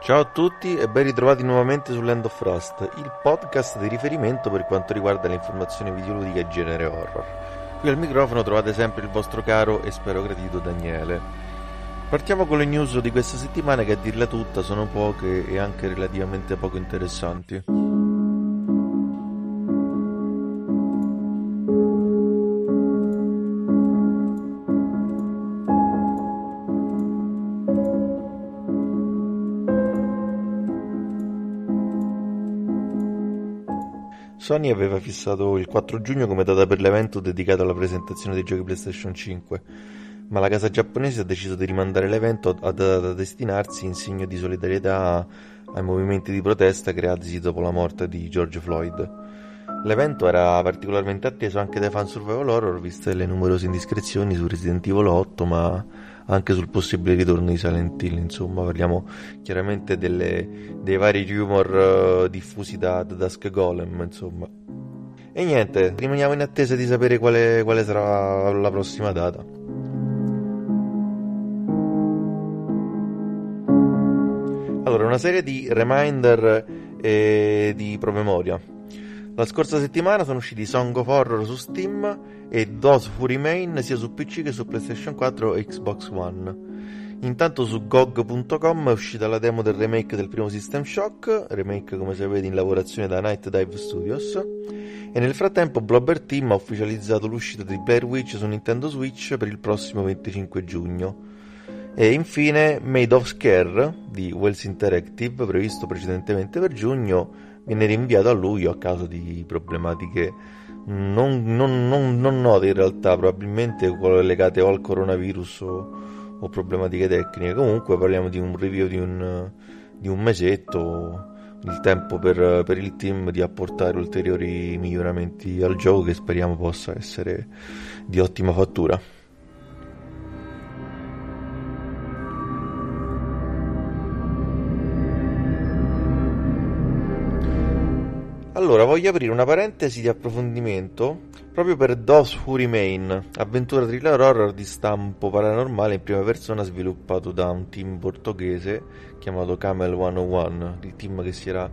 Ciao a tutti e ben ritrovati nuovamente su Land of Frost, il podcast di riferimento per quanto riguarda le informazioni videoludiche e genere horror. Qui al microfono trovate sempre il vostro caro e spero gradito Daniele. Partiamo con le news di questa settimana che a dirla tutta sono poche e anche relativamente poco interessanti. Sony aveva fissato il 4 giugno come data per l'evento dedicato alla presentazione dei giochi PlayStation 5, ma la casa giapponese ha deciso di rimandare l'evento a data da destinarsi in segno di solidarietà ai movimenti di protesta creatisi dopo la morte di George Floyd. L'evento era particolarmente atteso anche dai fan survival horror, viste le numerose indiscrezioni su Resident Evil 8, ma anche sul possibile ritorno di Silent Hill. Insomma, parliamo chiaramente dei vari rumor diffusi da Dusk Golem, insomma. E niente, rimaniamo in attesa di sapere quale sarà la prossima data. Allora, una serie di reminder e di promemoria. La scorsa settimana sono usciti Song of Horror su Steam e Those Who Remain sia su PC che su PlayStation 4 e Xbox One. Intanto su GOG.com è uscita la demo del remake del primo System Shock, remake come sapete in lavorazione da Night Dive Studios, e nel frattempo Blobber Team ha ufficializzato l'uscita di Blair Witch su Nintendo Switch per il prossimo 25 giugno. E infine Made of Scare di Wells Interactive, previsto precedentemente per giugno, viene rinviato a luglio a causa di problematiche non note in realtà, probabilmente legate o al coronavirus o problematiche tecniche. Comunque parliamo di un review di un mesetto, il tempo per il team di apportare ulteriori miglioramenti al gioco che speriamo possa essere di ottima fattura. Allora, voglio aprire una parentesi di approfondimento proprio per Those Who Remain, avventura thriller horror di stampo paranormale in prima persona sviluppato da un team portoghese chiamato Camel 101, il team che si era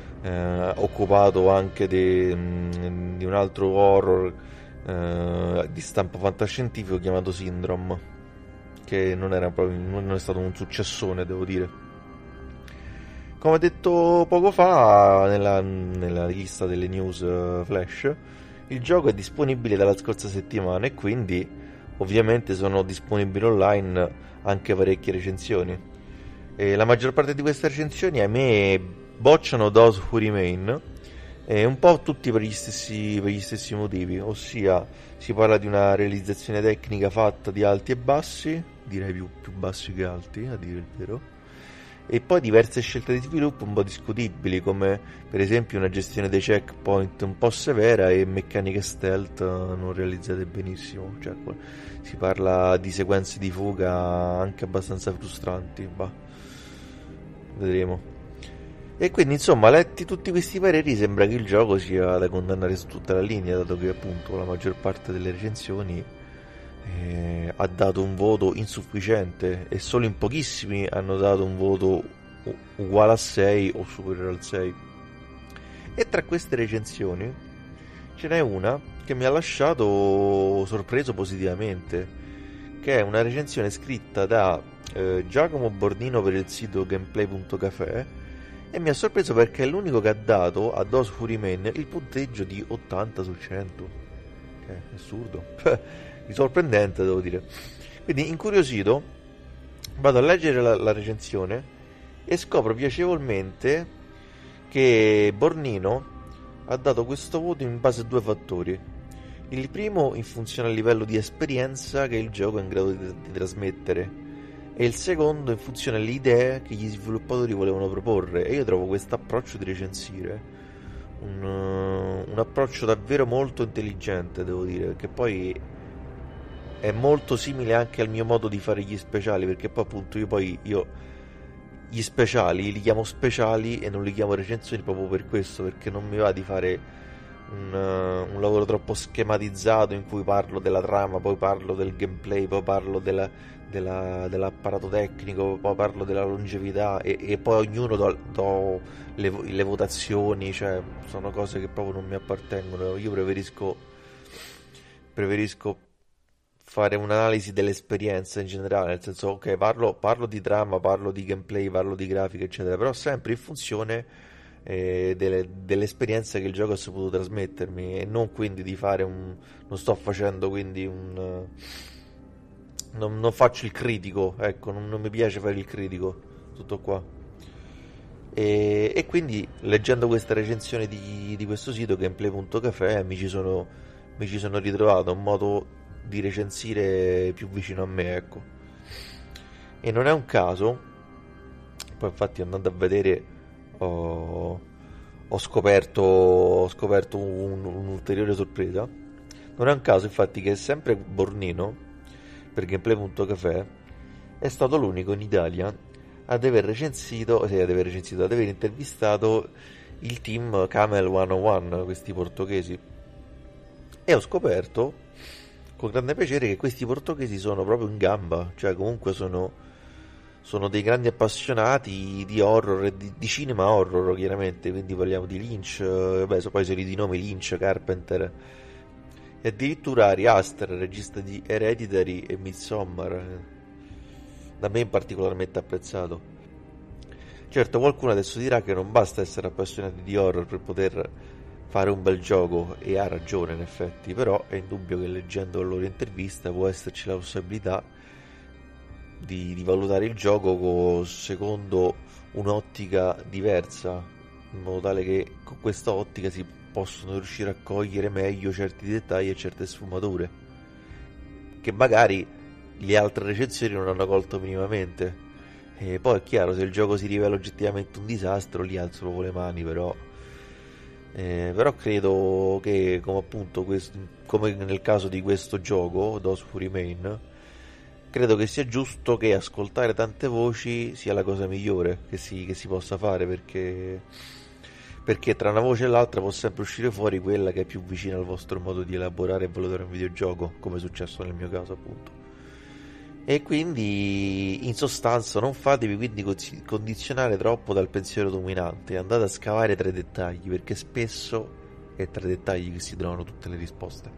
occupato anche di un altro horror di stampo fantascientifico chiamato Syndrome, che non è stato un successone, devo dire. Come detto poco fa nella lista delle news flash, il gioco è disponibile dalla scorsa settimana e quindi ovviamente sono disponibili online anche parecchie recensioni. E la maggior parte di queste recensioni, ahimè, bocciano Those Who Remain, e un po' tutti per gli stessi motivi, ossia si parla di una realizzazione tecnica fatta di alti e bassi, direi più bassi che alti, a dire il vero, e poi diverse scelte di sviluppo un po' discutibili, come per esempio una gestione dei checkpoint un po' severa e meccaniche stealth non realizzate benissimo. Cioè, si parla di sequenze di fuga anche abbastanza frustranti, vedremo. E quindi insomma, letti tutti questi pareri, sembra che il gioco sia da condannare su tutta la linea, dato che appunto la maggior parte delle recensioni ha dato un voto insufficiente e solo in pochissimi hanno dato un voto uguale a 6 o superiore al 6. E tra queste recensioni ce n'è una che mi ha lasciato sorpreso positivamente, che è una recensione scritta da Giacomo Bornino per il sito gameplay.café, e mi ha sorpreso perché è l'unico che ha dato a Those Who Remain il punteggio di 80 su 100, che è assurdo. Sorprendente, devo dire. Quindi, incuriosito, vado a leggere la recensione e scopro piacevolmente che Bornino ha dato questo voto in base a due fattori. Il primo in funzione al livello di esperienza che il gioco è in grado di trasmettere, e il secondo in funzione alle idee che gli sviluppatori volevano proporre. E io trovo questo approccio di recensire un approccio davvero molto intelligente, devo dire, perché poi è molto simile anche al mio modo di fare gli speciali, perché poi appunto io gli speciali li chiamo speciali e non li chiamo recensioni proprio per questo, perché non mi va di fare un lavoro troppo schematizzato in cui parlo della trama, poi parlo del gameplay, poi parlo dell'apparato tecnico, poi parlo della longevità e poi ognuno do le votazioni, cioè sono cose che proprio non mi appartengono. Io preferisco fare un'analisi dell'esperienza in generale, nel senso, ok, parlo di trama, parlo di gameplay, parlo di grafica, eccetera, però sempre in funzione dell'esperienza che il gioco ha saputo trasmettermi e non quindi di fare non sto facendo quindi non faccio il critico, ecco, non mi piace fare il critico, tutto qua. E quindi leggendo questa recensione di questo sito gameplay.café mi ci sono ritrovato un modo di recensire più vicino a me, ecco. E non è un caso, poi infatti andando a vedere ho, ho scoperto un'ulteriore sorpresa. Non è un caso infatti che sempre Bornino, per gameplay.café, è stato l'unico in Italia ad aver ad aver intervistato il team Camel 101, questi portoghesi. E ho scoperto con grande piacere che questi portoghesi sono proprio in gamba, cioè comunque sono dei grandi appassionati di horror e di cinema horror, chiaramente, quindi parliamo di Lynch, poi sono di nomi Lynch, Carpenter e addirittura Ari Aster, regista di Hereditary e Midsommar, da me particolarmente apprezzato. Certo, qualcuno adesso dirà che non basta essere appassionati di horror per poter fare un bel gioco, e ha ragione in effetti, però è indubbio che leggendo la loro intervista può esserci la possibilità di valutare il gioco secondo un'ottica diversa, in modo tale che con questa ottica si possono riuscire a cogliere meglio certi dettagli e certe sfumature che magari le altre recensioni non hanno colto minimamente. E poi è chiaro, se il gioco si rivela oggettivamente un disastro, lì alzo proprio le mani, però credo che, come appunto come nel caso di questo gioco, Those Who Remain, credo che sia giusto che ascoltare tante voci sia la cosa migliore che si possa fare, perché tra una voce e l'altra può sempre uscire fuori quella che è più vicina al vostro modo di elaborare e valutare un videogioco, come è successo nel mio caso appunto. E quindi in sostanza non fatevi quindi condizionare troppo dal pensiero dominante, andate a scavare tra i dettagli, perché spesso è tra i dettagli che si trovano tutte le risposte.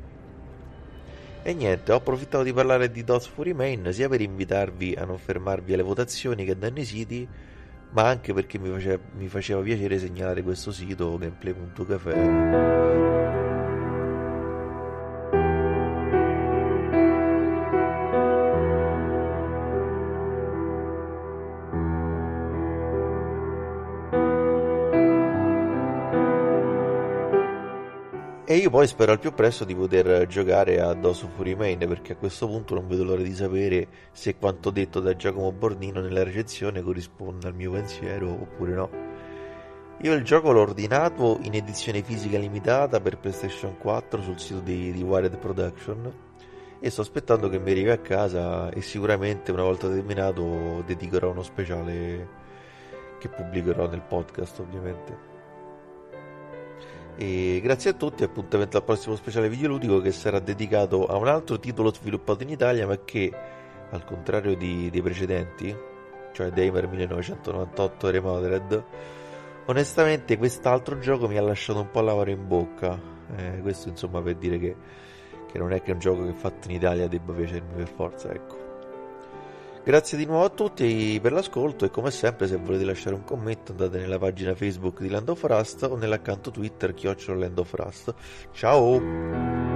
E niente, ho approfittato di parlare di Those Who Remain sia per invitarvi a non fermarvi alle votazioni che danno i siti, ma anche perché mi faceva piacere segnalare questo sito gameplay.café. E io poi spero al più presto di poter giocare a Those Who Remain, perché a questo punto non vedo l'ora di sapere se quanto detto da Giacomo Bornino nella recensione corrisponde al mio pensiero oppure no. Io il gioco l'ho ordinato in edizione fisica limitata per PlayStation 4 sul sito di Wired Production e sto aspettando che mi arrivi a casa, e sicuramente una volta terminato dedicherò uno speciale che pubblicherò nel podcast, ovviamente. E grazie a tutti, appuntamento al prossimo speciale videoludico che sarà dedicato a un altro titolo sviluppato in Italia, ma che al contrario dei precedenti, cioè Daymare 1998 e Remodeled, onestamente quest'altro gioco mi ha lasciato un po' l'amaro in bocca. Questo insomma per dire che non è che un gioco che è fatto in Italia debba piacermi per forza, ecco. Grazie di nuovo a tutti per l'ascolto, e come sempre se volete lasciare un commento andate nella pagina Facebook di Land of Rust o nell'account Twitter @Land of Rust. Ciao!